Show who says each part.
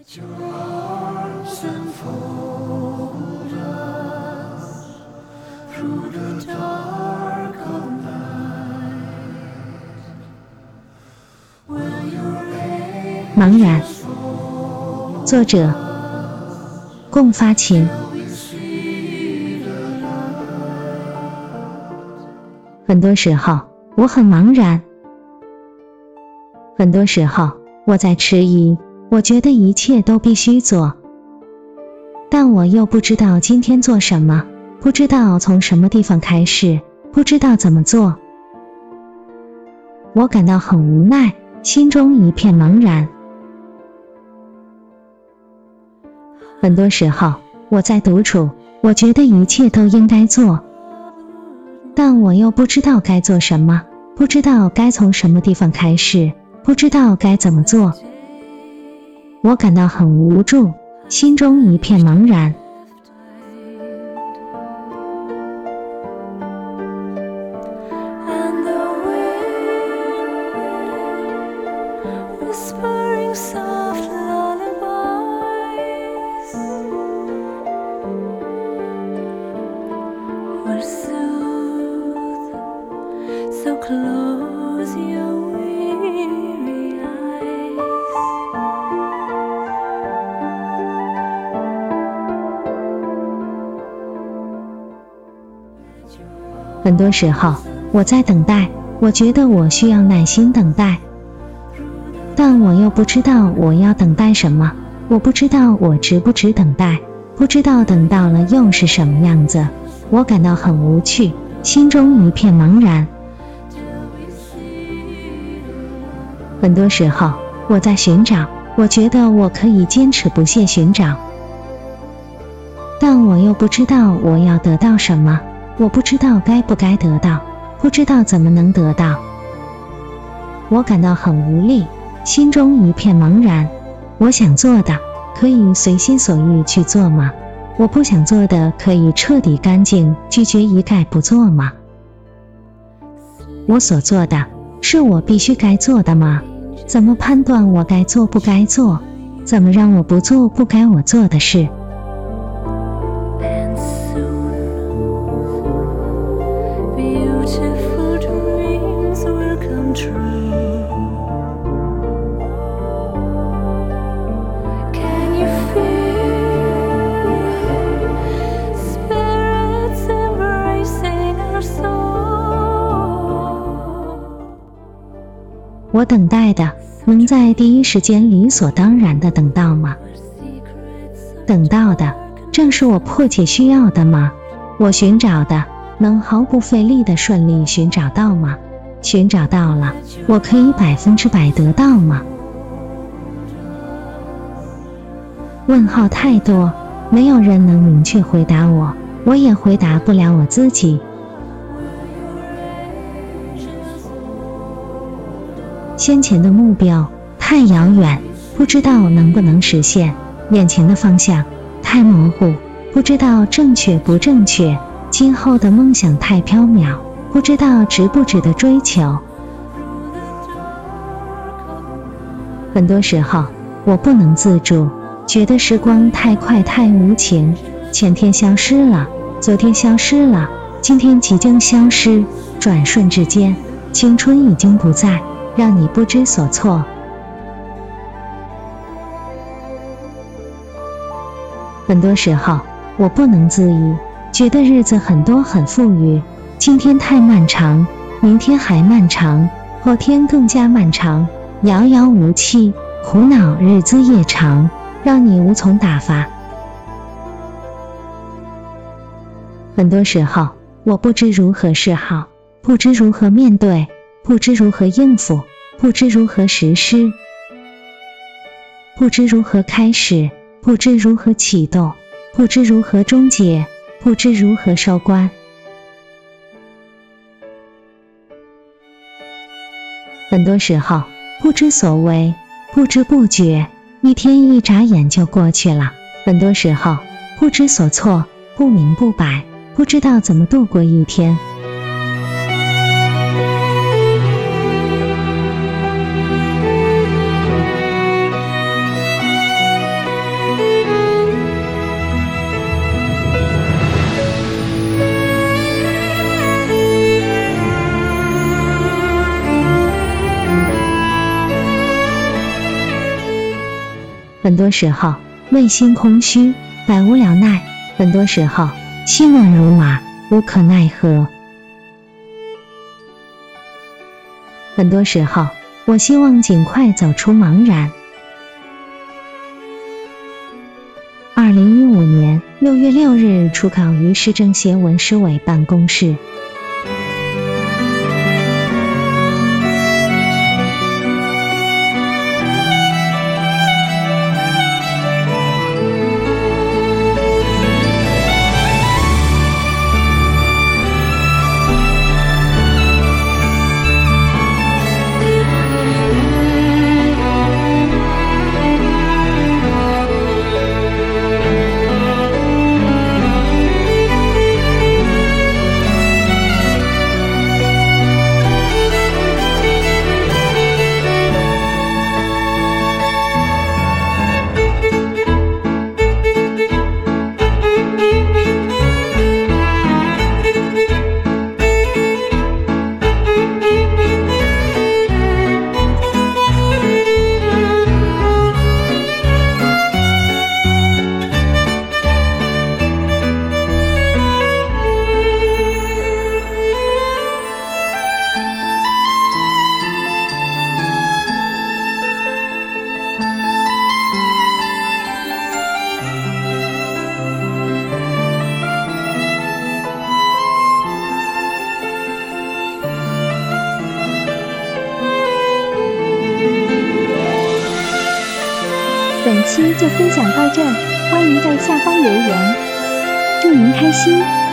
Speaker 1: Let your arms enfold us through the dark of night. Will your angels
Speaker 2: 茫然，作者共发琴。很多时候我很茫然，很多时候我在迟疑，我觉得一切都必须做，但我又不知道今天做什么，不知道从什么地方开始，不知道怎么做。我感到很无奈，心中一片茫然。很多时候我在独处，我觉得一切都应该做，但我又不知道该做什么，不知道该从什么地方开始，不知道该怎么做。我感到很无助，心中一片茫然。
Speaker 1: and the wind whispering soft lullabies will soothe. So close your weary eyes.
Speaker 2: 很多时候我在等待，我觉得我需要耐心等待，但我又不知道我要等待什么，我不知道我值不值等待，不知道等到了又是什么样子。我感到很无趣，心中一片茫然。很多时候我在寻找，我觉得我可以坚持不懈寻找，但我又不知道我要得到什么，我不知道该不该得到，不知道怎么能得到。我感到很无力，心中一片茫然。我想做的可以随心所欲去做吗？我不想做的可以彻底干净拒绝一概不做吗？我所做的是我必须该做的吗？怎么判断我该做不该做？怎么让我不做不该我做的事？
Speaker 1: And soon beautiful dreams will come true. Can you feel spirits embracing our soul?
Speaker 2: 我等待的能在第一时间理所当然的等到吗？等到的正是我迫切需要的吗？我寻找的能毫不费力的顺利寻找到吗？寻找到了，我可以100%得到吗？问号太多，没有人能明确回答我，我也回答不了我自己。先前的目标太遥远，不知道能不能实现；眼前的方向太模糊，不知道正确不正确；今后的梦想太缥缈，不知道值不值得追求。很多时候我不能自主，觉得时光太快太无情，前天消失了，昨天消失了，今天即将消失，转瞬之间青春已经不在，让你不知所措。很多时候我不能自已，觉得日子很多很富裕，今天太漫长，明天还漫长，后天更加漫长，遥遥无期，苦恼日子夜长，让你无从打发。很多时候我不知如何是好，不知如何面对，不知如何应付，不知如何实施，不知如何开始，不知如何启动，不知如何终结，不知如何收官。很多时候不知所为，不知不觉，一天一眨眼就过去了。很多时候不知所措，不明不白，不知道怎么度过一天。 很多时候内心空虚，百无聊赖；很多时候心乱如麻，无可奈何。很多时候，我希望尽快走出茫然。2015年6月6日初考于市政协文史委办公室。
Speaker 3: 本期就分享到这儿，欢迎在下方留言，祝您开心。